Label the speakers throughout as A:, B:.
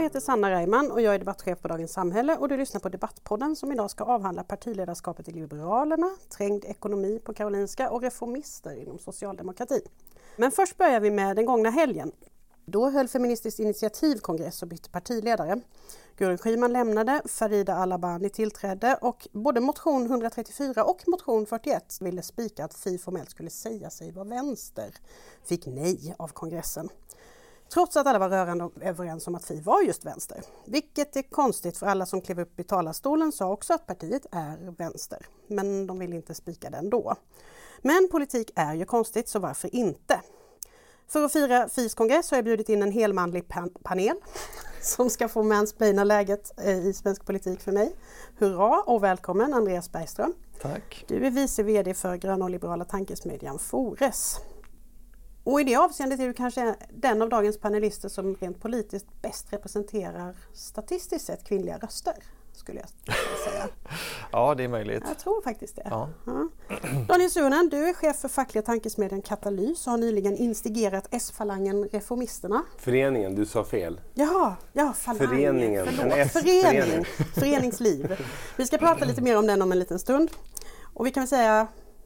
A: heter Sanna Reimann och jag är debattchef på Dagens Samhälle och du lyssnar på Debattpodden som idag ska avhandla partiledarskapet i Liberalerna, trängd ekonomi på Karolinska och reformister inom socialdemokratin. Men först börjar vi med den gångna helgen. Då höll Feministiskt initiativ kongress och bytte partiledare. Gudrun Schyman lämnade, Farida Al-Abani tillträdde och både motion 134 och motion 41 ville spika att Fi formellt skulle säga sig vara vänster. Fick nej av kongressen. Trots att alla var rörande överens om att Fi var just vänster. Vilket är konstigt för alla som klev upp i talarstolen sa också att partiet är vänster. Men de ville inte spika den då. Men politik är ju konstigt så varför inte? För att fira Fis kongress har jag bjudit in en helmanlig panel som ska få mansplaina läget i svensk politik för mig. Hurra och välkommen Andreas Bergström.
B: Tack.
A: Du är vice vd för gröna och liberala tankesmedjan Fores. Och i det avseendet är du kanske den av dagens panelister som rent politiskt bäst representerar statistiskt sett kvinnliga röster, skulle jag säga.
B: Ja, det är möjligt.
A: Jag tror faktiskt det.
B: Ja.
A: Daniel Suhonen, du är chef för fackliga tankesmedjan Katalys och har nyligen instigerat S-falangen Reformisterna.
C: Föreningen, du sa fel.
A: Ja, falangen.
C: Föreningen.
A: Förening. Föreningsliv. Vi ska prata lite mer om den om en liten stund. Och vi kan väl säga,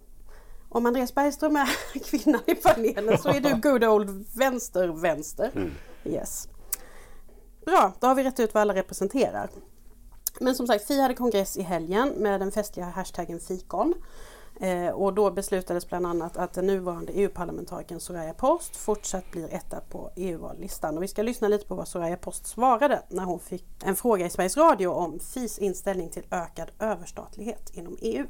A: om Andreas Bergström är kvinnan i panelen så är du good old vänster. Yes. Bra, då har vi rätt ut vad alla representerar. Men som sagt, Fi hade kongress i helgen med den festliga hashtaggen fikon. Och då beslutades bland annat att den nuvarande EU-parlamentarikern Soraya Post fortsatt blir etta på EU-vallistan. Och vi ska lyssna lite på vad Soraya Post svarade när hon fick en fråga i Sveriges Radio om Fis inställning till ökad överstatlighet inom EU.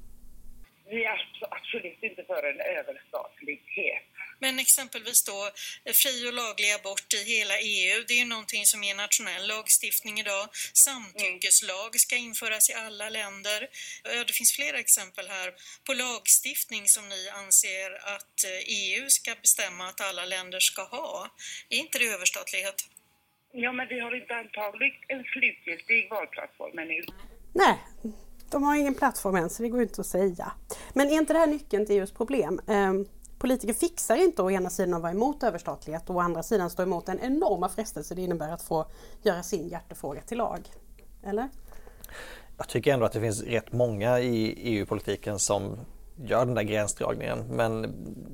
D: Vi är absolut inte för en överstatlighet.
E: Men exempelvis då fri och laglig abort i hela EU, det är ju någonting som är nationell lagstiftning idag. Samtyckeslag ska införas i alla länder. Det finns flera exempel här på lagstiftning som ni anser att EU ska bestämma att alla länder ska ha. Är inte det överstatlighet?
D: Ja, men vi har inte antagit en slutgiltig valplattform ännu.
A: Nej, de har ingen plattform än så det går inte att säga. Men är inte det här nyckeln till EUs problem? Politiker fixar inte å ena sidan att vara emot överstatlighet och å andra sidan stå emot en enorma frestelse det innebär att få göra sin hjärtefråga till lag. Eller?
B: Jag tycker ändå att det finns rätt många i EU-politiken som gör den där gränsdragningen. Men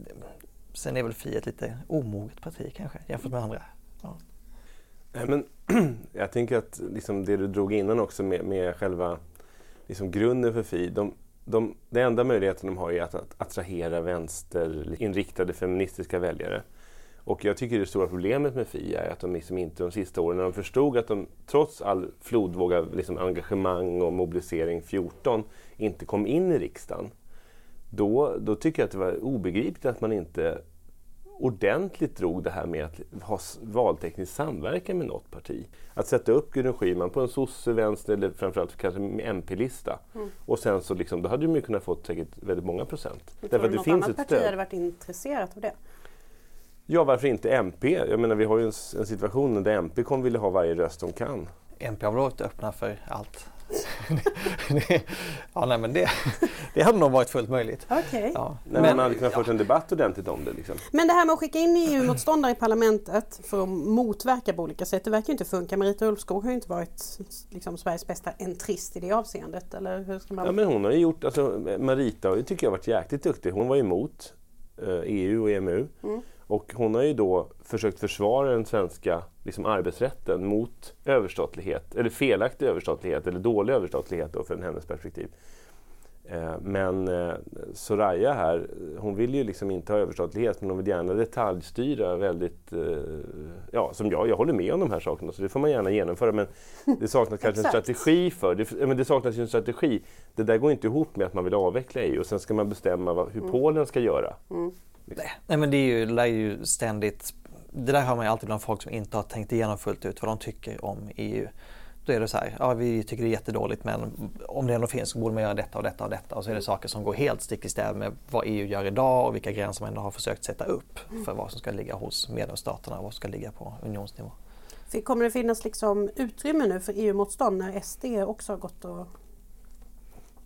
B: sen är väl Fi ett lite omoget parti kanske jämfört med andra. Ja.
C: Men jag tänker att liksom det du drog innan också med själva liksom grunden för Fi. Det enda möjligheten de har är att attrahera vänsterinriktade feministiska väljare. Och jag tycker det stora problemet med Fi är att de liksom inte de sista åren, när de förstod att de trots all flodvåg av liksom engagemang och mobilisering 14 inte kom in i riksdagen. Då tycker jag att det var obegripligt att man inte ordentligt drog det här med att ha valteknisk samverkan med något parti. Att sätta upp Gudrun Schyman på en sosse, vänster eller framförallt kanske med MP-lista. Och sen så liksom, då hade de ju kunnat få säkert väldigt många procent.
A: Därför att det finns ett parti hade varit intresserat av det?
C: Ja, varför inte MP? Jag menar, vi har ju en situation där MP kommer vilja ha varje röst de kan.
B: MP har varit öppna för allt. Det hade nog varit fullt möjligt.
A: Okay.
B: Ja.
C: Men man hade kunnat få en debatt ordentligt om det. Liksom.
A: Men det här med att skicka in EU-motståndare i parlamentet för att motverka på olika sätt, det verkar ju inte funka. Marita Ulvskog har ju inte varit liksom Sveriges bästa entrist i det avseendet. Eller hur ska man...
C: Ja, men hon har ju gjort, alltså, Marita tycker jag har varit jäkligt duktig. Hon var emot EU och EMU. Och hon har ju då försökt försvara den svenska liksom, arbetsrätten mot överstatlighet, eller felaktig överstatlighet, eller dålig överstatlighet då, från hennes perspektiv. Men Soraya här, hon vill ju liksom inte ha överstatlighet, men hon vill gärna detaljstyra väldigt, som jag håller med om de här sakerna, så det får man gärna genomföra, men det saknas kanske en strategi för, men det saknas ju en strategi. Det där går inte ihop med att man vill avveckla EU och sen ska man bestämma hur Polen ska göra.
B: Nej, men det är ju ständigt, det där har man ju alltid bland folk som inte har tänkt igenom fullt ut vad de tycker om EU. Då är det så här, ja vi tycker det är jättedåligt men om det ändå finns så borde man göra detta och detta och detta. Och så är det saker som går helt stick i stäv med vad EU gör idag och vilka gränser man ändå har försökt sätta upp för vad som ska ligga hos medlemsstaterna och vad som ska ligga på unionsnivå.
A: Kommer det finnas liksom utrymme nu för EU-motstånd när SD också har gått och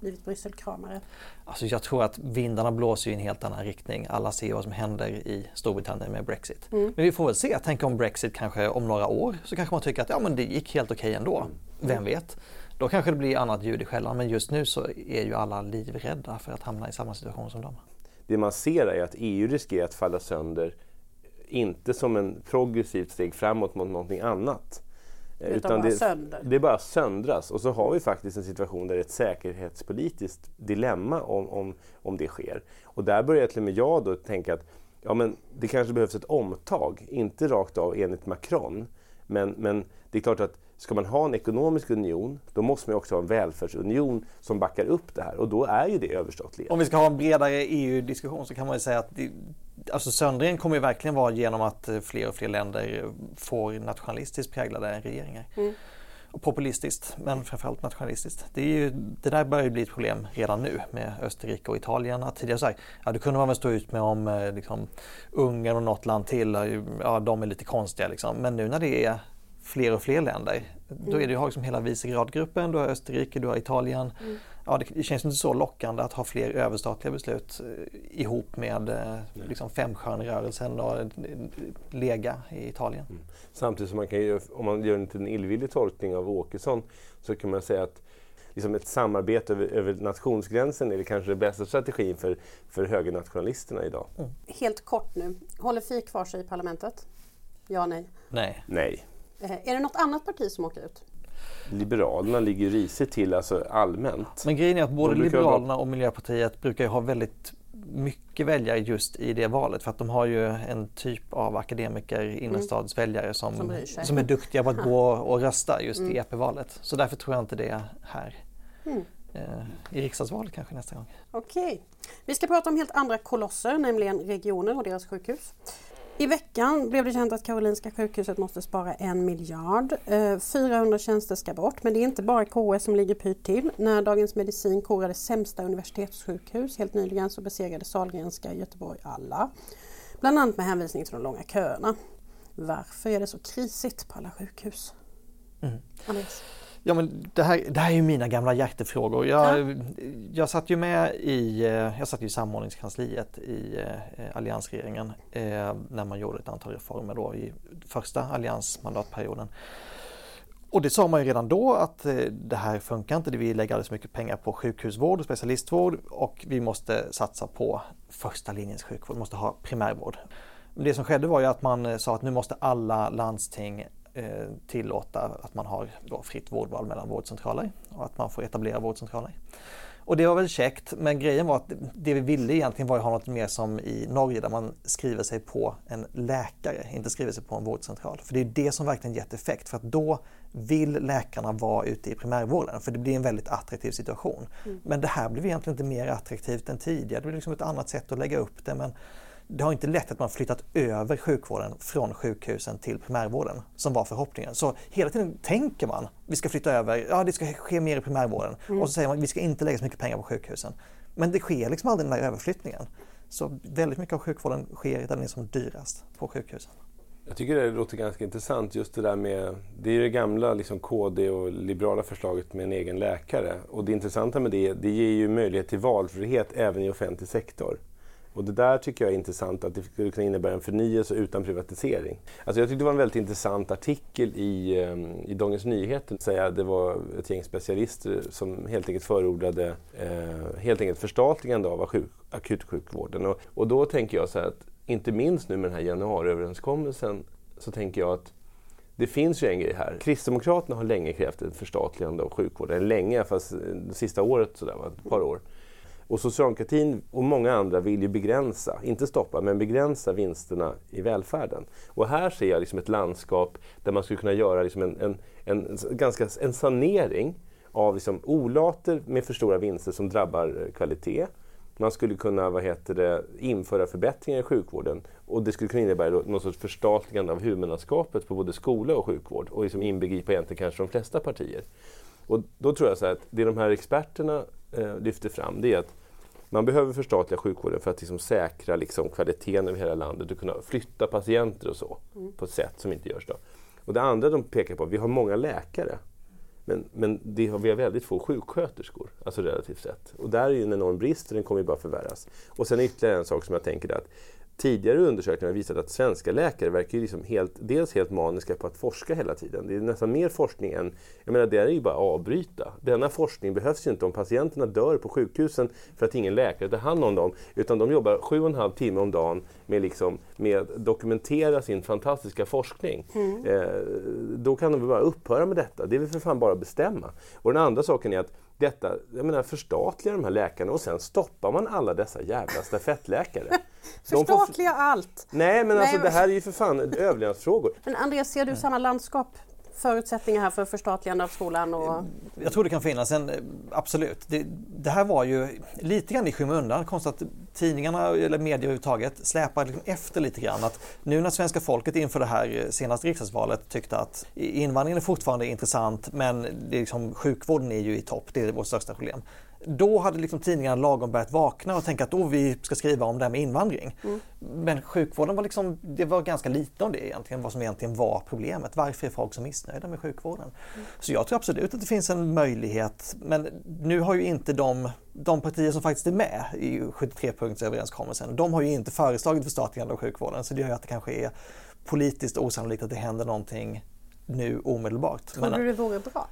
A: blivit Brysselkramare?
B: Alltså jag tror att vindarna blåser i en helt annan riktning. Alla ser vad som händer i Storbritannien med Brexit. Men vi får väl se. Tänk om Brexit kanske om några år så kanske man tycker att men det gick helt okej ändå. Vem vet? Då kanske det blir annat ljud i skällan, men just nu så är ju alla livrädda för att hamna i samma situation som dem.
C: Det man ser är att EU riskerar att falla sönder, inte som en progressivt steg framåt mot någonting annat.
A: Utan
C: det bara söndras. Och så har vi faktiskt en situation där det är ett säkerhetspolitiskt dilemma om det sker. Och där börjar till och med jag då tänka att men det kanske behövs ett omtag, inte rakt av enligt Macron. Men det är klart att ska man ha en ekonomisk union, då måste man också ha en välfärdsunion som backar upp det här. Och då är ju det överstatlighet.
B: Om vi ska ha en bredare EU-diskussion så kan man ju säga att söndringen kommer ju verkligen vara genom att fler och fler länder får nationalistiskt präglade regeringar. Och populistiskt, men framförallt nationalistiskt. Det där börjar ju bli ett problem redan nu med Österrike och Italien. Att tidigare så här, det kunde man väl stå ut med om Ungern och något land till. De är lite konstiga liksom. Men nu när det är fler och fler länder, då är det ju hela Visegrad-gruppen, du har Österrike, du har Italien. Det känns inte så lockande att ha fler överstatliga beslut ihop med femstjärnerörelsen och Lega i Italien.
C: Samtidigt som man kan ju, om man gör en illvillig tolkning av Åkesson, så kan man säga att ett samarbete över nationsgränsen är det kanske den bästa strategin för högernationalisterna idag.
A: Helt kort nu, håller Fi kvar sig i parlamentet? Ja, nej?
C: Nej.
A: Är det något annat parti som åker ut?
C: Liberalerna ligger risigt till allmänt.
B: Men grejen är att både Liberalerna och Miljöpartiet brukar ju ha väldigt mycket väljare just i det valet. För att de har ju en typ av akademiker, innerstadsväljare som är duktiga på att gå och rösta just i EP-valet. Så därför tror jag inte det är här. I riksdagsvalet kanske nästa gång.
A: Okej. Vi ska prata om helt andra kolosser, nämligen regioner och deras sjukhus. I veckan blev det känt att Karolinska sjukhuset måste spara 1 miljard. 400 tjänster ska bort, men det är inte bara KS som ligger pyrt till. När Dagens Medicin korade sämsta universitetssjukhus helt nyligen så besegrade Sahlgrenska i Göteborg alla. Bland annat med hänvisning till de långa köerna. Varför är det så krisigt på alla sjukhus? Andreas?
B: Ja, men det här är ju mina gamla hjärtefrågor. Jag satt ju med i samordningskansliet i alliansregeringen när man gjorde ett antal reformer då i första alliansmandatperioden. Och det sa man ju redan då att det här funkar inte. Vi lägger alldeles mycket pengar på sjukhusvård och specialistvård och vi måste satsa på första linjens sjukvård. Vi måste ha primärvård. Det som skedde var ju att man sa att nu måste alla landsting tillåta att man har fritt vårdval mellan vårdcentraler och att man får etablera vårdcentraler. Och det var väl käckt, men grejen var att det vi ville egentligen var att ha något mer som i Norge där man skriver sig på en läkare, inte skriver sig på en vårdcentral. För det är det som verkligen gett effekt, för att då vill läkarna vara ute i primärvården, för det blir en väldigt attraktiv situation. Men det här blev egentligen inte mer attraktivt än tidigare, det blev ett annat sätt att lägga upp det, men det har inte lett att man flyttat över sjukvården från sjukhusen till primärvården som var förhoppningen. Så hela tiden tänker man, vi ska flytta över, det ska ske mer i primärvården. Och så säger man, vi ska inte lägga så mycket pengar på sjukhusen. Men det sker aldrig den där överflyttningen. Så väldigt mycket av sjukvården sker där den är som dyrast på sjukhusen.
C: Jag tycker det låter ganska intressant just det där med, det är det gamla KD och liberala förslaget med en egen läkare. Och det intressanta med det ger ju möjlighet till valfrihet även i offentlig sektor. Och det där tycker jag är intressant, att det skulle kunna innebära en förnyelse utan privatisering. Alltså jag tyckte det var en väldigt intressant artikel i Dagens Nyheter. Det var ett gäng specialister som helt enkelt förordade förstatligande av akutsjukvården. Och då tänker jag så här att inte minst nu med den här januariöverenskommelsen så tänker jag att det finns ju en grej här. Kristdemokraterna har länge krävt ett förstatligande av sjukvården. Länge, fast det sista året, ett par år. Och socialdemokratin och många andra vill ju begränsa, inte stoppa, men begränsa vinsterna i välfärden. Och här ser jag ett landskap där man skulle kunna göra en sanering av olater med för stora vinster som drabbar kvalitet. Man skulle kunna införa förbättringar i sjukvården, och det skulle kunna innebära någon sorts förstatligande av huvudmannaskapet på både skola och sjukvård, och inbegripa egentligen kanske de flesta partier. Och då tror jag så här att det de här experterna lyfter fram, det är att man behöver förstatliga sjukvården för att säkra kvaliteten över hela landet och kunna flytta patienter och så på ett sätt som inte görs då. Och det andra de pekar på, vi har många läkare. Men vi har väldigt få sjuksköterskor, alltså relativt sett. Och där är ju en enorm brist och den kommer ju bara förvärras. Och sen ytterligare en sak som jag tänker att tidigare undersökningar har visat att svenska läkare verkar ju liksom helt maniska på att forska hela tiden. Det är nästan mer forskning än, jag menar det är ju bara att avbryta. Denna forskning behövs ju inte om patienterna dör på sjukhusen för att ingen läkare tar hand om dem. Utan de jobbar 7,5 timmar om dagen med att dokumentera sin fantastiska forskning. Då kan de väl bara upphöra med detta. Det är väl för fan bara att bestämma. Och den andra saken är att förstatliga de här läkarna och sen stoppar man alla dessa jävla stafettläkare.
A: Förstatliga allt!
C: Nej, men alltså det här är ju för fan överlevnadsfrågor.
A: Men Andreas, ser du samma landskap? Förutsättningar här för förstatligande av skolan? Och...
B: Jag tror det kan finnas absolut. Det här var ju lite grann i skymundan. Konstigt att tidningarna eller medier överhuvudtaget släpar liksom efter lite grann. Att nu när svenska folket inför det här senaste riksdagsvalet tyckte att invandringen är fortfarande intressant, men det är liksom, sjukvården är ju i topp, det är vårt största problem. Då hade liksom tidningarna lagom börjat vakna och tänka att vi ska skriva om det här med invandring. Men sjukvården var det var ganska lite om det egentligen, vad som egentligen var problemet. Varför är folk så missnöjda med sjukvården? Så jag tror absolut att det finns en möjlighet, men nu har ju inte de partier som faktiskt är med i 73-punktsöverenskommelsen, de har ju inte föreslagit förstatligande av sjukvården, så det gör ju att det kanske är politiskt osannolikt att det händer någonting nu omedelbart.
A: Tror du det vore bra?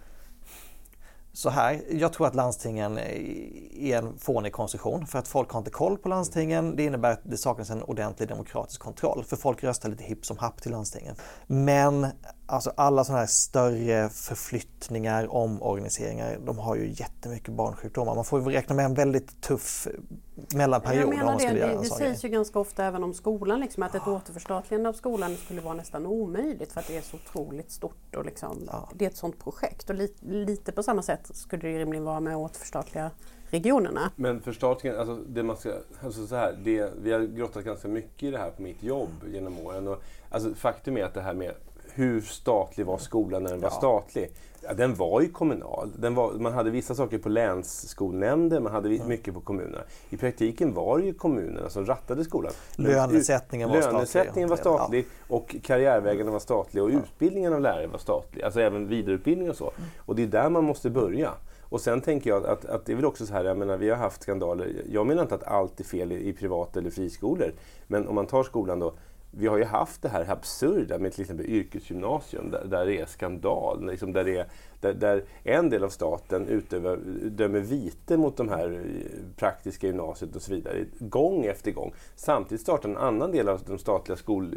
B: Så här, jag tror att landstingen är en fånig konstruktion för att folk har inte koll på landstingen. Det innebär att det saknas en ordentlig demokratisk kontroll för folk röstar lite hipp som happ till landstingen. Men alltså alla sådana här större förflyttningar, omorganiseringar, de har ju jättemycket barnsjukdomar. Man får ju räkna med en väldigt tuff mellanperiod.
A: Jag menar det sägs ju ganska ofta även om skolan, liksom, att ett återförstatligande av skolan skulle vara nästan omöjligt för att det är så otroligt stort och liksom, det är ett sådant projekt. Och lite på samma sätt skulle det rimligen vara med att återförstatliga regionerna.
C: Men förstatligande, vi har grottat ganska mycket i det här på mitt jobb genom åren. Och, alltså, faktum är att det här med hur statlig var skolan när den var statlig? Ja, den var ju kommunal. Man hade vissa saker på länsskolnämnder, man hade mycket på kommunerna. I praktiken var det ju kommunerna som rattade skolan.
B: Lönesättningen var statlig
C: och karriärvägarna var statliga och utbildningen av lärare var statlig. Alltså även vidareutbildning och så. Och det är där man måste börja. Och sen tänker jag att det är väl också så här, jag menar, vi har haft skandaler. Jag menar inte att allt är fel i privat eller friskolor. Men om man tar skolan då, vi har ju haft det här absurda med till exempel yrkesgymnasium där det är skandal. Liksom där en del av staten dömer vite mot de här praktiska gymnasiet och så vidare. Gång efter gång. Samtidigt startar en annan del av de statliga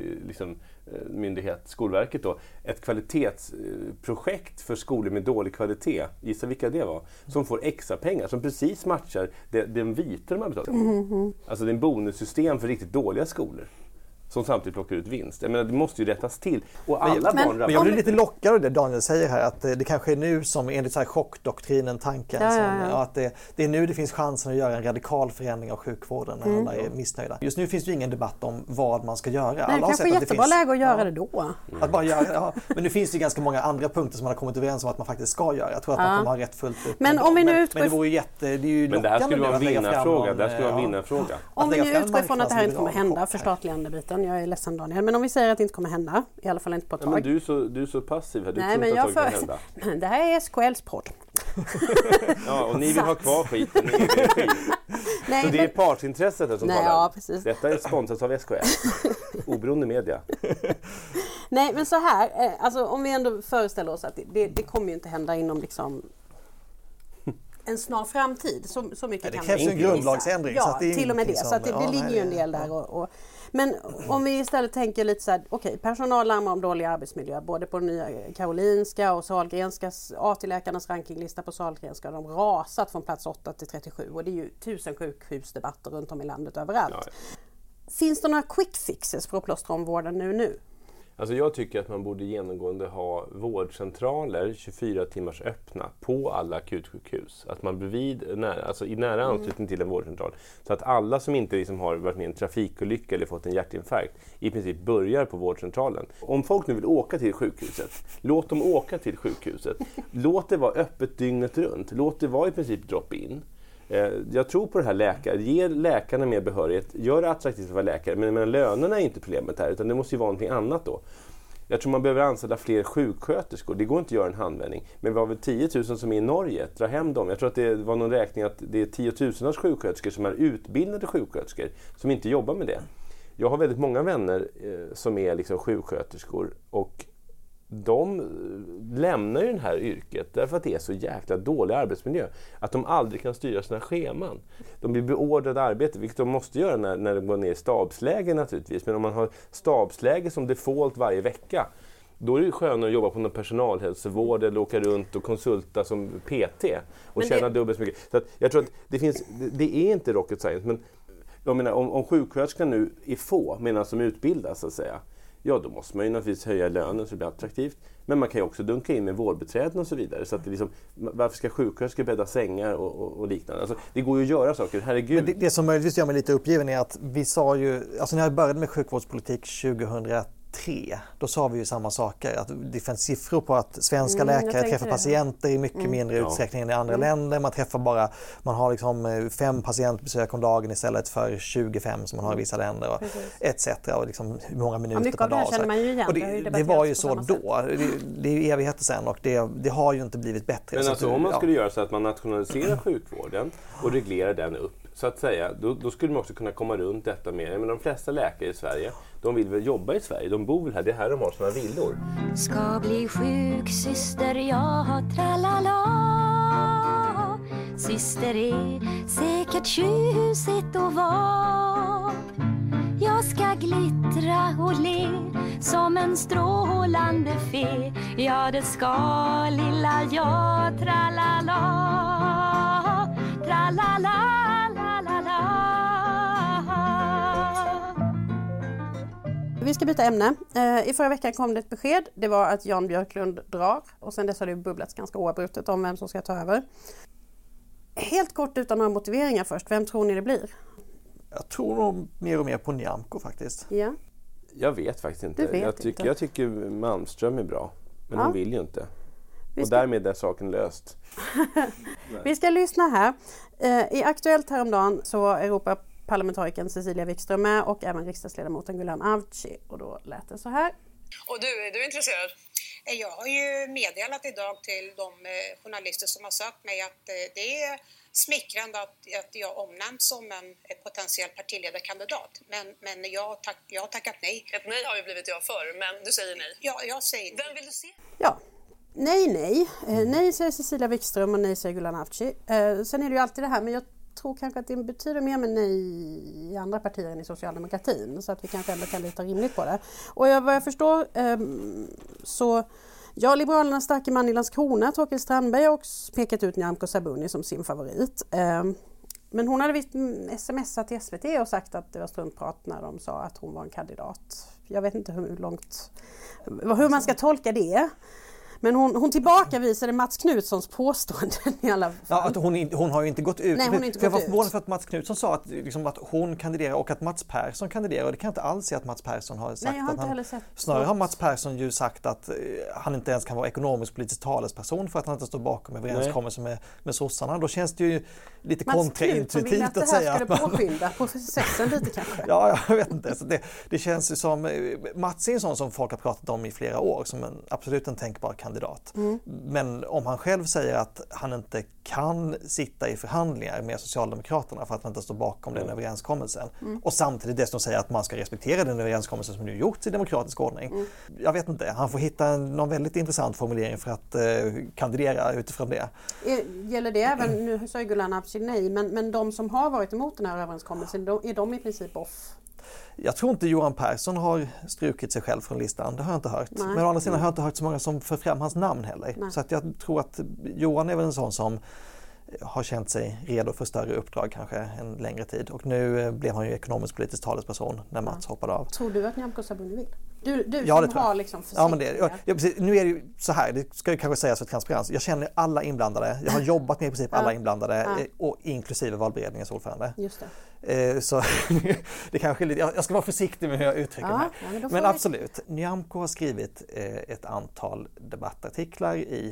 C: Skolverket då, ett kvalitetsprojekt för skolor med dålig kvalitet. Gissa vilka det var. Som får extra pengar som precis matchar den vite de har betalat. Alltså det är en bonussystem för riktigt dåliga skolor. Som samtidigt plockar ut vinst. Jag menar, det måste ju rättas till. Och alla barn
B: men jag blir lite lockad av det Daniel säger här. Att det kanske är nu som enligt så här chockdoktrinen tanken. Att det är nu det finns chansen att göra en radikal förändring av sjukvården när alla är missnöjda. Just nu finns det ju ingen debatt om vad man ska göra.
A: Nej, det kanske är jättebra läge att göra det då.
B: Att bara göra, men nu finns det ju ganska många andra punkter som man har kommit överens om att man faktiskt ska göra. Jag tror att man kommer ha rätt fullt upp.
A: Men om vi nu utgår...
B: Men det vore ju
C: men det här skulle vara en vinnarfråga.
A: Om vi nu utgår ifrån att det här inte kommer hända, förstatligande biten. Jag är ledsen Daniel, men om vi säger att det inte kommer hända, i alla fall inte på ett tag.
C: Men du är så passiv här,
A: Nej, men det här är SKLs podd.
C: Ja, och ni vill ha kvar skiten i egen regi. Nej, så det är partsintresset som talar.
A: Ja, precis.
C: Detta är sponsrat av SKL. Oberoende media.
A: Nej, men så här, alltså, om vi ändå föreställer oss att det kommer ju inte hända inom liksom en snar framtid. Så mycket
B: det krävs en grundlagsändring.
A: Ja,
B: så att det är
A: till och med det. Så att det ligger ju en del där. Men om vi istället tänker lite så här, okej, personal larmar om dålig arbetsmiljö, både på Nya Karolinska och Sahlgrenskas, AT-läkarnas rankinglista på Sahlgrenska, de rasat från plats 8 till 37 och det är ju 1000 sjukhusdebatter runt om i landet överallt. Ja. Finns det några quick fixes för att plåstra om vården nu?
C: Alltså jag tycker att man borde genomgående ha vårdcentraler 24 timmars öppna på alla akutsjukhus. Att man i nära anslutning till en vårdcentral. Så att alla som inte liksom har varit med i en trafikolycka eller fått en hjärtinfarkt i princip börjar på vårdcentralen. Om folk nu vill åka till sjukhuset, låt dem åka till sjukhuset. Låt det vara öppet dygnet runt. Låt det vara i princip drop-in. Jag tror på det här läkare. Ge läkarna mer behörighet. Gör det attraktivt att vara läkare. Men lönerna är inte problemet här. Utan det måste ju vara någonting annat då. Jag tror man behöver anställa fler sjuksköterskor. Det går inte att göra en handvändning. Men vi har väl 10 000 som är i Norge. Dra hem dem. Jag tror att det var någon räkning att det är 10 000 sjuksköterskor som är utbildade sjuksköterskor som inte jobbar med det. Jag har väldigt många vänner som är liksom sjuksköterskor och de lämnar ju det här yrket därför att det är så jäkla dålig arbetsmiljö. Att de aldrig kan styra sina scheman. De blir beordrade arbete, vilket de måste göra när de går ner i stabsläge naturligtvis. Men om man har stabsläge som default varje vecka, då är det skönare att jobba på någon personalhälsovård eller åka runt och konsulta som PT och tjäna dubbelt så mycket. Så att jag tror att det är inte rocket science, men jag menar, om sjuksköterskan nu är få medan som utbildas så att säga, ja då måste man ju naturligtvis höja lönen så det blir attraktivt. Men man kan ju också dunka in med vårdbiträden och så vidare. Så att det liksom, varför ska sjuksköterskor bädda sängar och liknande? Alltså, det går ju att göra saker, herregud.
B: Men det som möjligtvis gör mig lite uppgiven är att vi sa ju, alltså när jag började med sjukvårdspolitik 2003, då sa vi ju samma saker. Att det finns siffror på att svenska läkare träffar patienter i mycket mindre utsträckning än i andra länder. Man har liksom 5 patientbesök om dagen istället för 25 som man har i vissa länder och etc. Och liksom hur många minuter per dag.
A: Känner man ju igen.
B: Och det var ju så då. Det är ju evigheter sedan och det har ju inte blivit bättre.
C: Men alltså om man skulle göra så att man nationaliserar sjukvården och reglerar den upp så att säga, då skulle man också kunna komma runt detta mer. Men de flesta läkare i Sverige, de vill väl jobba i Sverige, de bor väl här, det är här de har sina villor.
F: Ska bli sjuksyster, ja, tralala. Syster är säkert tjusigt och var. Jag ska glittra och le som en strålande fe. Ja, det ska lilla jag, tralala, tralala.
A: Vi ska byta ämne. I förra veckan kom det ett besked. Det var att Jan Björklund drar. Och sen dess har det bubblats ganska oavbrutet om vem som ska ta över. Helt kort utan några motiveringar först. Vem tror ni det blir?
B: Jag tror nog mer och mer på Nyamko faktiskt.
A: Ja.
C: Jag vet faktiskt inte. Jag tycker Malmström är bra. Men hon vill ju inte. Och därmed är saken löst.
A: Vi ska lyssna här. I Aktuellt häromdagen så var Europaparlamentarikern Cecilia Wikström med och även riksdagsledamoten Gulan Avci. Och då lät det så här.
G: Och du, är du intresserad? Jag har ju meddelat idag till de journalister som har sökt mig att det är smickrande att jag omnämns som en potentiell partiledarkandidat. Men jag har tackat nej. Ett nej har ju blivit jag för, men du säger nej. Ja, jag säger nej. Vem vill du se?
A: Ja. Nej. Nej säger Cecilia Wikström och nej säger Gulan Avci. Sen är det ju alltid det här, men jag tror kanske att det betyder mer med nej i andra partier än i socialdemokratin. Så att vi kanske ändå kan lita rimligt på det. Och vad jag förstår så... Ja, Liberalernas starke man i Landskrona, Torkild Strandberg, har också pekat ut Nyamko Sabuni som sin favorit. Men hon hade visst smsat till SVT och sagt att det var struntprat när de sa att hon var en kandidat. Jag vet inte hur man ska tolka det. Men hon tillbakavisade Mats Knutssons påståenden i alla fall.
B: Ja, att hon har ju inte gått ut.
A: Nej, hon har inte gått ut.
B: Jag var förvånad för att Mats Knutsson sa att hon kandiderar och att Mats Persson kandiderar. Och det kan jag inte alls se att Mats Persson har sagt.
A: Nej, jag har inte heller sett.
B: Snarare har Mats Persson ju sagt att han inte ens kan vara ekonomisk-politisk talesperson för att han inte står bakom överenskommelsen med sossarna. Då känns det ju lite kontraintuitivt att säga
A: att det här skulle påskynda processen lite kanske.
B: Ja, jag vet inte. Så det känns ju som Mats är en sån som folk har pratat om i flera år som absolut en tänkbar kandidat. Men om han själv säger att han inte kan sitta i förhandlingar med Socialdemokraterna för att han inte står bakom den överenskommelsen och samtidigt dessutom säger att man ska respektera den överenskommelsen som nu gjorts i demokratisk ordning. Jag vet inte, han får hitta någon väldigt intressant formulering för att kandidera utifrån det.
A: Gäller det även, nu sa ju Gulan Avci nej, men de som har varit emot den här överenskommelsen, är de i princip off?
B: Jag tror inte Johan Persson har strukit sig själv från listan, det har jag inte hört. Nej. Men å andra sidan har jag inte hört så många som för fram hans namn heller. Nej. Så att jag tror att Johan är väl en sån som har känt sig redo för större uppdrag kanske en längre tid. Och nu blev han ju ekonomisk-politisk talesperson när Mats hoppade av.
A: Tror du att Nyamko Sabuni vill? Du som har liksom försiktiga.
B: Precis. Nu är det ju så här, det ska ju kanske sägas för transparens. Jag känner alla inblandade. Jag har jobbat med i princip alla inblandade och inklusive valberedningens ordförande.
A: Just
B: det. Så det kanske är lite, jag ska vara försiktig med hur jag uttrycker mig. Men absolut, Nyamko har skrivit ett antal debattartiklar i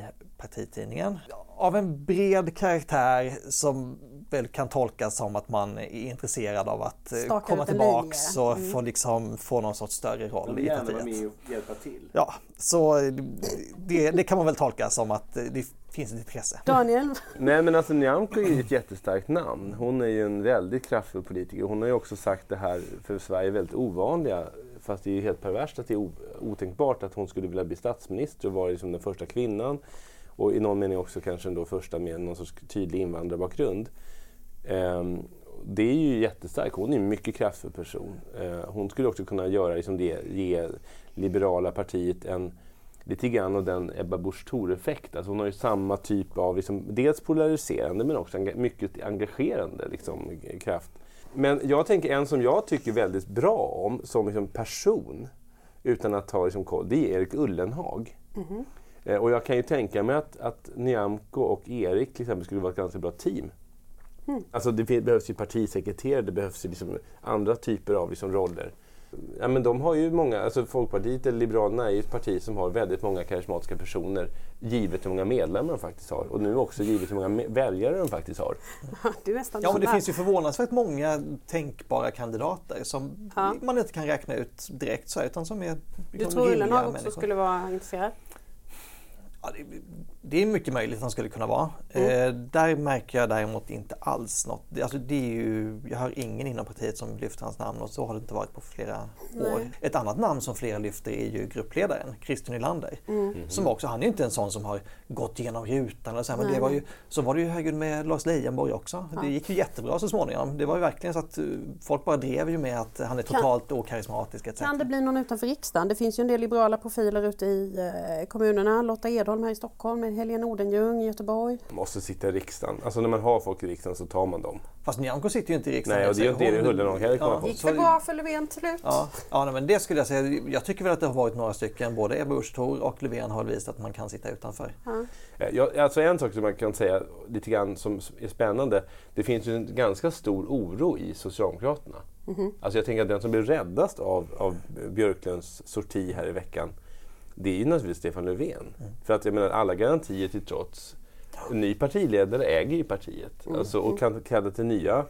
B: partitidningen. Av en bred karaktär som väl kan tolkas som att man är intresserad av att komma tillbaks och få någon sorts större roll i partiet.
C: Vara med och hjälpa till.
B: Ja, så det kan man väl tolka som att det finns ett intresse.
A: Daniel?
C: Nej, men alltså Nyamko är ju ett jättestarkt namn. Hon är ju en väldigt kraftfull politiker. Hon har ju också sagt det här för Sverige väldigt ovanliga, fast det är ju helt perverst att det är otänkbart att hon skulle vilja bli statsminister och vara liksom den första kvinnan. Och i någon mening också kanske den första med någon sorts tydlig invandrarbakgrund. Det är ju jättestarkt. Hon är en mycket kraftfull person. Hon skulle också kunna göra liksom det, ge liberala partiet lite grann av den Ebba Busch Thor-effekt. Alltså hon har ju samma typ av liksom, dels polariserande men också mycket engagerande liksom, kraft. Men jag tänker en som jag tycker väldigt bra om som liksom, person utan att ta liksom, koll, det är Erik Ullenhag. Och jag kan ju tänka mig att Nyamko och Erik till exempel skulle vara ett ganska bra team. Alltså det behövs ju partisekreterare, det behövs ju liksom andra typer av liksom roller. Ja, men de har ju många, alltså Folkpartiet eller Liberalerna är ju ett parti som har väldigt många karismatiska personer givet hur många medlemmar de faktiskt har. Och nu också givet hur många väljare de faktiskt har.
B: Ja, men det finns ju förvånansvärt många tänkbara kandidater som man inte kan räkna ut direkt så, utan som är
A: du tror Ullenhag också skulle vara intresserad?
B: Ja, det är mycket möjligt att han skulle kunna vara. Där märker jag däremot inte alls något. Alltså det är ju, jag hör ingen inom partiet som lyfter hans namn och så har det inte varit på flera år. Ett annat namn som flera lyfter är ju gruppledaren, Christer Nylander. Som också, han är ju inte en sån som har gått igenom rutan och så här, men det var ju, så var det ju herregud med Lars Leijonborg också. Det gick ju jättebra så småningom. Det var ju verkligen så att folk bara drev ju med att han är totalt okarismatisk etc.
A: Kan det bli någon utanför riksdagen? Det finns ju en del liberala profiler ute i kommunerna. Lotta Edholm här i Stockholm, Helene Nordenjung i Göteborg.
C: Man måste sitta i riksdagen. Alltså när man har folk i riksdagen så tar man dem.
B: Fast Nyamko sitter ju inte i riksdagen.
C: Nej, och det är inte det Ullenhag heller.
A: Gick det bra för Löfven till slut?
B: Ja, men det skulle jag säga. Jag tycker väl att det har varit några stycken. Både Ebba Busch Thor och Löfven har visat att man kan sitta utanför.
C: Alltså en sak som man kan säga lite grann som är spännande. Det finns ju en ganska stor oro i Socialdemokraterna. Alltså jag tänker att den som blir räddast av Björklunds sorti här i veckan, det är ju naturligtvis Stefan Löfven. För att jag menar, alla garantier till trots, en ny partiledare äger ju partiet. Alltså, och kan kalla till nya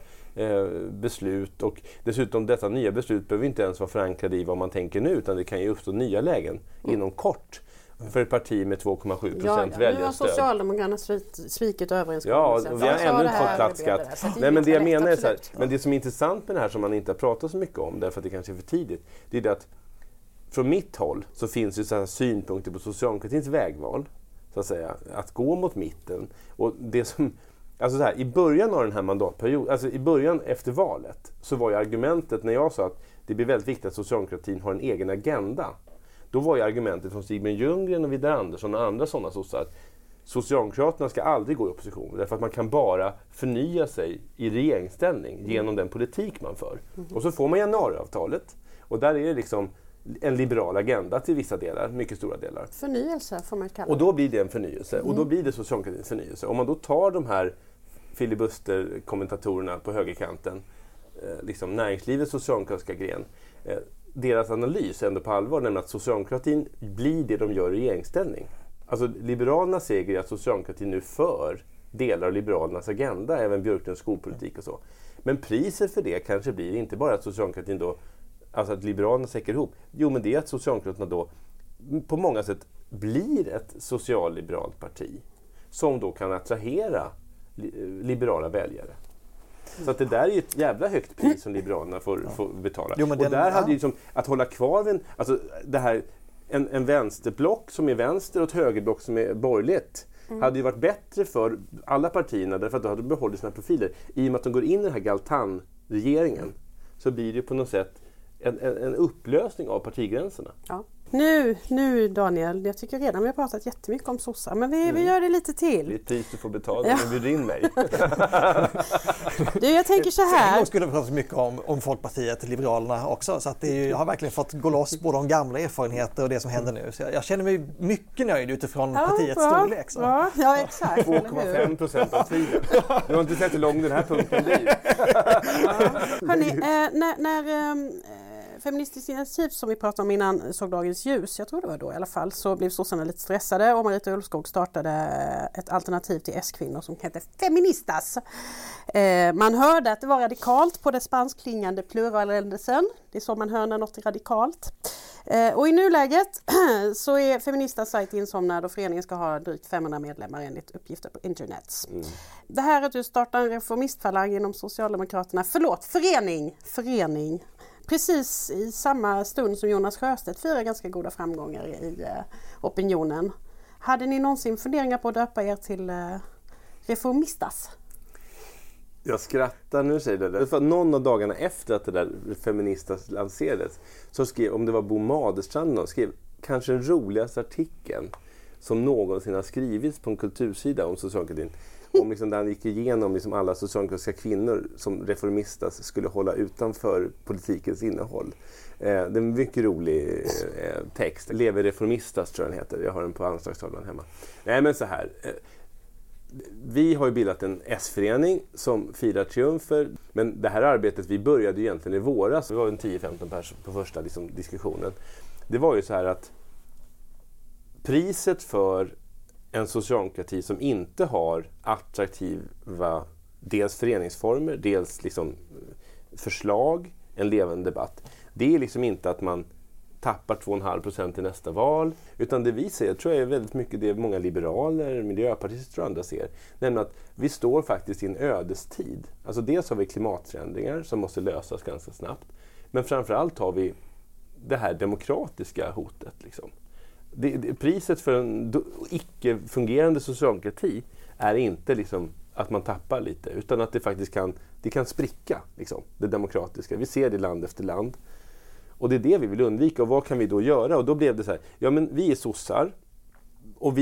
C: beslut. Och dessutom dessa nya beslut behöver inte ens vara förankrade i vad man tänker nu, utan det kan ju uppstå nya lägen inom kort. För ett parti med 2,7% väljarstöd.
A: Nu har Socialdemokraterna svikit överenskommelsen.
C: Ja, och vi har ännu inte fått platt skatt. Nej, men det jag menar är så här, men det som är intressant med det här som man inte har pratat så mycket om, därför att det kanske är för tidigt, det är det att från mitt håll så finns ju så här synpunkter på socialdemokratins vägval, så att säga, att gå mot mitten. Och det som, alltså så här, i början av den här mandatperioden, alltså i början efter valet, så var ju argumentet när jag sa att det blir väldigt viktigt att socialdemokratin har en egen agenda. Då var ju argumentet från Stig Ljunggren och Vidar Andersson och andra sådana sossar att Socialdemokraterna ska aldrig gå i opposition, därför att man kan bara förnya sig i regeringsställning genom den politik man för. Och så får man januariavtalet, och där är det liksom en liberal agenda till vissa delar, mycket stora delar.
A: Förnyelse får man kalla det.
C: Och då blir det en förnyelse, och då blir det socialdemokratins förnyelse. Om man då tar de här filibuster-kommentatorerna på högerkanten, liksom näringslivets socialdemokratiska gren, deras analys ändå på allvar, nämligen att socialdemokratin blir det de gör i regeringsställning. Alltså Liberalernas seger är att socialdemokratin nu för delar av Liberalernas agenda, även Björklunds skolpolitik och så. Men priset för det kanske blir inte bara att socialdemokratin då, alltså att Liberalerna säcker ihop. Jo, men det är att Socialdemokraterna då på många sätt blir ett socialliberalt parti som då kan attrahera liberala väljare. Så att det där är ju ett jävla högt pris som Liberalerna får betala.
B: Jo, men
C: och där hade ju liksom, att hålla kvar alltså det här, en vänsterblock som är vänster och ett högerblock som är borgerligt hade ju varit bättre för alla partierna, därför att då hade de behållit sina profiler. I och med att de går in i den här Galtan-regeringen så blir det på något sätt en upplösning av partigränserna. Ja.
A: Nu Daniel, jag tycker redan vi har pratat jättemycket om sossar, men vi gör det lite till.
C: Det är ett pris du får betala, men bjud in mig.
A: Du, jag tänker så här.
B: Jag skulle prata mycket om Folkpartiet, Liberalerna också, så att jag har verkligen fått gå loss både om gamla erfarenheter och det som händer nu. Så jag känner mig mycket nöjd utifrån partiets storlek. Så.
A: Ja, exakt.
C: 2,5% av tiden. Du har inte sett hur lång den här punkten blir.
A: Hörrni, när Feministiskt initiativ som vi pratade om innan såg dagens ljus, jag tror det var då i alla fall, så blev sossarna lite stressade och Marita Ulvskog startade ett alternativ till S-kvinnor som hette Feministas. Man hörde att det var radikalt på det spanskklingande pluraländelsen. Det är så man hör när något är radikalt. Och i nuläget så är Feministas sajt insomnad och föreningen ska ha drygt 500 medlemmar enligt uppgifter på internet. Det här att du startar en reformistfalang inom Socialdemokraterna, förening, precis i samma stund som Jonas Sjöstedt firar ganska goda framgångar i opinionen. Hade ni någonsin funderingar på att döpa er till reformistas?
C: Jag skrattar när du säger det där. För någon av dagarna efter att det där Feministas lanserades så skrev, om det var Bo Maderstrand, skrev kanske den roligaste artikeln som någonsin har skrivits på en kultursida om socialdemokratin. Om liksom där han gick igenom liksom alla socialdemokratiska kvinnor som reformistas skulle hålla utanför politikens innehåll. Det är en mycket rolig text. Lever reformistas tror jag den heter. Jag har den på anslagstavlan hemma. Nej men så här. Vi har ju bildat en S-förening som firar triumfer. Men det här arbetet, vi började egentligen i våras. Det var en 10-15 personer på första diskussionen. Det var ju så här att priset för en socialdemokrati som inte har attraktiva dels föreningsformer, dels liksom förslag, en levande debatt. Det är liksom inte att man tappar 2,5% i nästa val, utan det vi ser tror jag är väldigt mycket det många liberaler, miljöpartister och andra ser. Nämligen att vi står faktiskt i en ödestid. Alltså dels har vi klimatförändringar som måste lösas ganska snabbt, men framförallt har vi det här demokratiska hotet liksom. Priset för en icke-fungerande socialdemokrati är inte liksom att man tappar lite, utan att det faktiskt kan spricka liksom, det demokratiska. Vi ser det land efter land. Och det är det vi vill undvika. Och vad kan vi då göra? Och då blev det så här, ja men vi är sossar och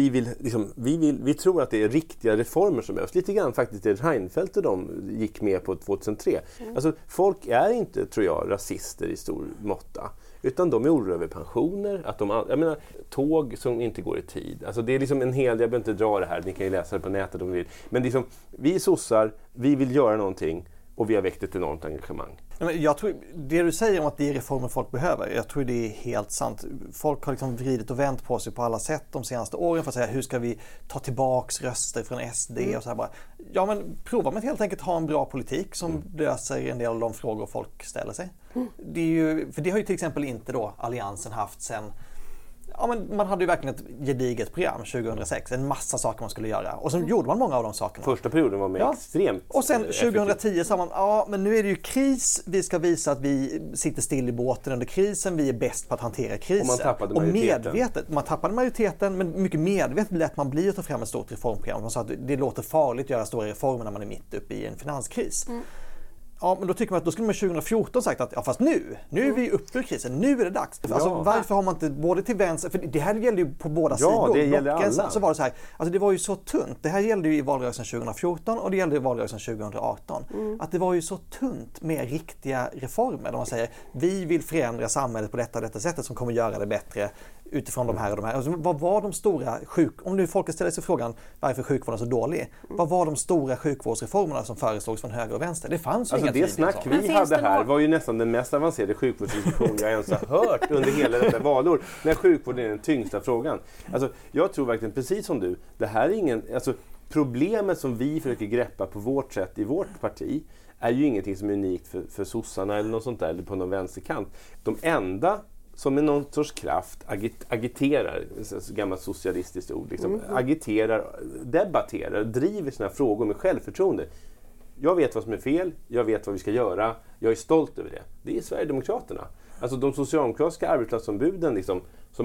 C: vi tror att det är riktiga reformer som behövs. Lite grann faktiskt det Reinfeldt och de gick med på 2003. Alltså folk är inte, tror jag, rasister i stor måtta. Utan de är oroliga över pensioner, jag menar, tåg som inte går i tid. Alltså det är liksom en hel, jag behöver inte dra det här, ni kan ju läsa det på nätet om ni vill. Men liksom, vi är sossar, vi vill göra någonting och vi har väckt ett enormt engagemang.
B: Jag tror, det du säger om att det är reformer folk behöver, jag tror det är helt sant. Folk har liksom vridit och vänt på sig på alla sätt de senaste åren för att säga hur ska vi ta tillbaks röster från SD och så här bara. Ja men prova med att helt enkelt ha en bra politik som löser en del av de frågor folk ställer sig. Det är ju, för det har ju till exempel inte då Alliansen haft sen. Ja, men man hade ju verkligen ett gediget program 2006, en massa saker man skulle göra. Och så gjorde man många av de sakerna.
C: Första perioden var med extremt.
B: Och sen 2010 sa man, ja men nu är det ju kris, vi ska visa att vi sitter still i båten under krisen, vi är bäst på att hantera krisen.
C: Och man tappade majoriteten.
B: Man tappade majoriteten, men mycket medvetet lät man bli att ta fram ett stort reformprogram. Man sa att det låter farligt att göra stora reformer när man är mitt uppe i en finanskris. Ja, men då tycker man att då skulle man 2014 sagt att ja, fast nu är vi uppe ur krisen, nu är det dags. Ja. Alltså, varför har man inte både till vänster, för det här gäller ju på båda sidor.
C: Ja, det gäller alla.
B: Så var det så här, alltså det var ju så tunt. Det här gällde ju i valrörelsen 2014 och det gällde i valrörelsen 2018. Att det var ju så tunt med riktiga reformer. Där man säger, vi vill förändra samhället på detta sättet som kommer göra det bättre utifrån de här och de här. Alltså, vad var de stora om nu folk ställer sig frågan varför sjukvården är så dålig. Vad var de stora sjukvårdsreformerna som föreslogs från höger och vänster? Det fanns ju
C: alltså det snack vi hade här var ju nästan den mest avancerade sjukvårdsdiskussion jag ens har hört under hela detta valår. När sjukvården är den tyngsta frågan. Alltså, jag tror verkligen precis som du, det här är ingen, alltså, problemet som vi försöker greppa på vårt sätt i vårt parti är ju ingenting som är unikt för sossarna eller något sånt där, eller på någon vänsterkant. De enda som med någon sorts kraft agiterar, gammalt socialistiskt ord, liksom, agiterar, debatterar, driver sina frågor med självförtroende. Jag vet vad som är fel, jag vet vad vi ska göra, jag är stolt över det. Det är Sverigedemokraterna. Alltså de socialdemokratiska arbetsplatsombuden liksom,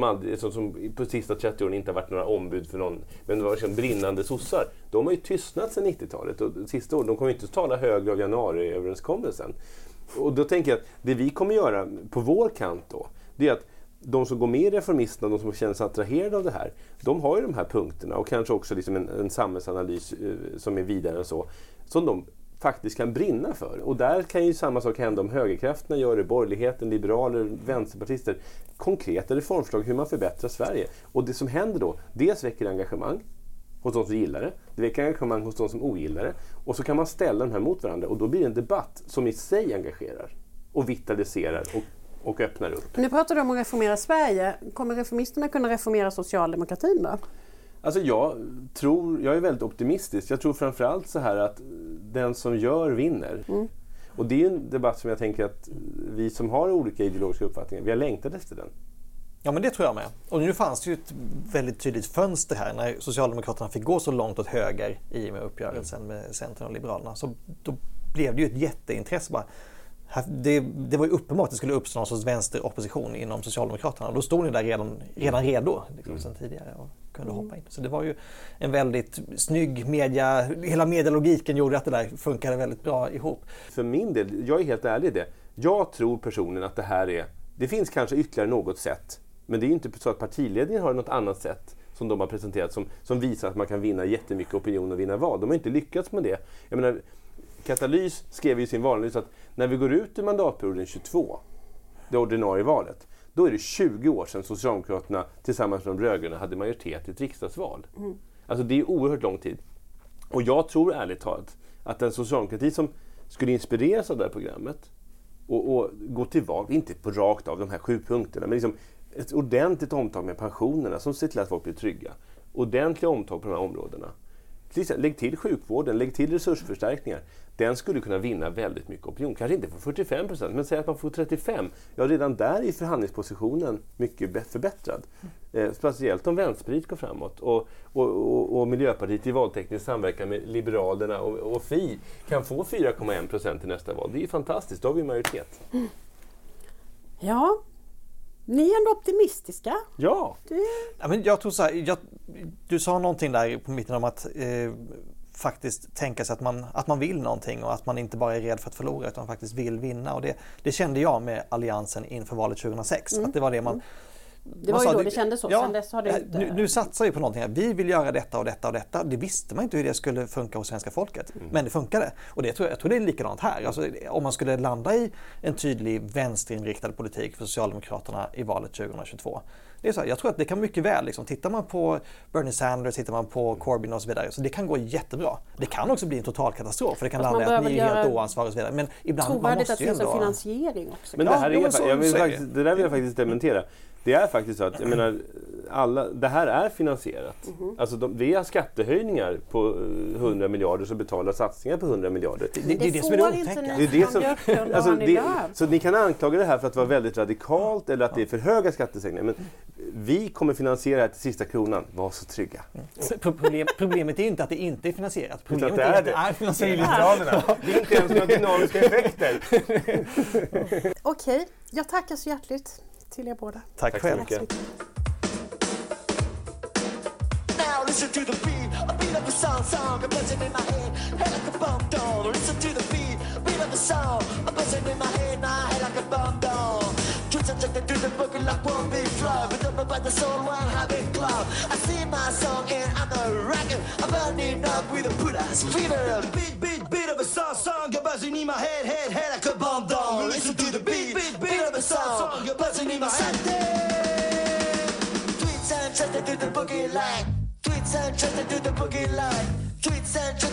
C: som på sista 30 åren inte har varit några ombud för någon, men det var liksom brinnande sossar. De har ju tystnat sedan 90-talet och sista åren, de kommer inte att tala högre av januariöverenskommelsen. Och då tänker jag att det vi kommer göra på vår kant då, det är att de som går med i reformisterna, de som känner sig attraherade av det här, de har ju de här punkterna och kanske också liksom en samhällsanalys som är vidare än så, som de faktiskt kan brinna för. Och där kan ju samma sak hända om högerkrafterna gör det, borgerligheten, liberaler, vänsterpartister, konkreta reformförslag hur man förbättrar Sverige. Och det som händer då, dels väcker engagemang hos de som gillar det, det väcker engagemang hos de som ogillar det, och så kan man ställa de här mot varandra och då blir det en debatt som i sig engagerar och vitaliserar och öppnar upp.
A: Nu pratar du om att reformera Sverige. Kommer reformisterna kunna reformera socialdemokratin då?
C: Alltså jag är väldigt optimistisk. Jag tror framförallt så här att den som gör vinner. Och det är en debatt som jag tänker att vi som har olika ideologiska uppfattningar, vi har längtat efter den.
B: Ja, men det tror jag med. Och nu fanns det ju ett väldigt tydligt fönster här när Socialdemokraterna fick gå så långt åt höger i med uppgörelsen med Centern och Liberalerna. Så då blev det ju ett jätteintresse bara. Det var ju uppenbart att det skulle uppstå någon sorts vänsteropposition inom Socialdemokraterna. Då stod ni där redan redo liksom, sedan tidigare och kunde hoppa in. Så det var ju en väldigt snygg hela medialogiken gjorde att det där funkade väldigt bra ihop.
C: För min del, jag är helt ärlig i det. Jag tror personligen att det finns kanske ytterligare något sätt. Men det är ju inte så att partiledningen har något annat sätt som de har presenterat som visar att man kan vinna jättemycket opinion och vinna val. De har inte lyckats med det. Jag menar, Katalys skrev i sin valanalys att när vi går ut i mandatperioden 22, det ordinarie valet, då är det 20 år sedan Socialdemokraterna tillsammans med de rödgröna hade majoritet i ett riksdagsval. Alltså det är oerhört lång tid. Och jag tror ärligt talat att den socialdemokrati som skulle inspireras av det här programmet och gå till val, inte på rakt av de här 7 punkterna, men liksom ett ordentligt omtag med pensionerna som ser till att folk blir trygga. Ordentliga omtag på de här områdena. Lägg till sjukvården, lägg till resursförstärkningar. Den skulle kunna vinna väldigt mycket opinion. Kanske inte för 45%, men säg att man får 35%. Ja, redan där är förhandlingspositionen mycket förbättrad. Speciellt om Vänsterpartiet går framåt. Och Miljöpartiet i valteknisk samverkan med Liberalerna och Fi kan få 4,1% i nästa val. Det är ju fantastiskt, då har vi majoritet.
A: Ja, ni är ändå optimistiska.
C: Ja.
B: Ja, men jag tror så här, du sa någonting där på mitten om att faktiskt tänka sig att man vill någonting och att man inte bara är rädd för att förlora utan faktiskt vill vinna. Och det kände jag med alliansen inför valet 2006. Att det var det man...
A: Det var ju då det kändes så.
B: Ja,
A: sen dess har det inte...
B: nu satsar vi på någonting här. Vi vill göra detta och detta och detta. Det visste man inte hur det skulle funka hos svenska folket. Men det funkade. Och jag tror det är likadant här. Alltså, om man skulle landa i en tydlig vänsterinriktad politik för Socialdemokraterna i valet 2022. Det är så här, jag tror att det kan mycket väl. Liksom, tittar man på Bernie Sanders, tittar man på Corbyn och så vidare. Så det kan gå jättebra. Det kan också bli en total katastrof. För det kan landa i att ni är helt oansvariga och så vidare. Men ibland man måste ju ändå...
A: finansiering också.
C: Men det här det där vill jag faktiskt dementera. Det är faktiskt så att, jag menar, det här är finansierat. Alltså vi har skattehöjningar på 100 miljarder så betalar satsningar på 100 miljarder.
A: Det är det som är det otäcka.
C: Så ni kan anklaga det här för att vara väldigt radikalt eller att det är för höga skattesänkningar. Men vi kommer finansiera det här till sista kronan. Var så trygga.
B: Problemet är inte att det inte är finansierat. Problemet
C: är
B: att det är
C: finansierat. Det är inte ens några dynamiska effekter.
A: Okej, jag tackar så hjärtligt till er båda.
B: Tack själv.
C: Mycket.
H: Now listen to the beat, a beat of a song, a buzzing in my head, head like a bomb doll. Listen to the beat of a song, a buzzing in my head, now head like a bomb doll. Twitch and check the do the boogie like one big flow, but don't about the soul one having club. I sing my song and I'm a rocker, I'm burning up with a put-ass fever. Beat of a song, a buzzing in my head, head like a bomb doll. Listen to the beat of a song, a buzzing in my head. Tweets and check the do the boogie line. Tweets and try to do the boogie line. Tweets and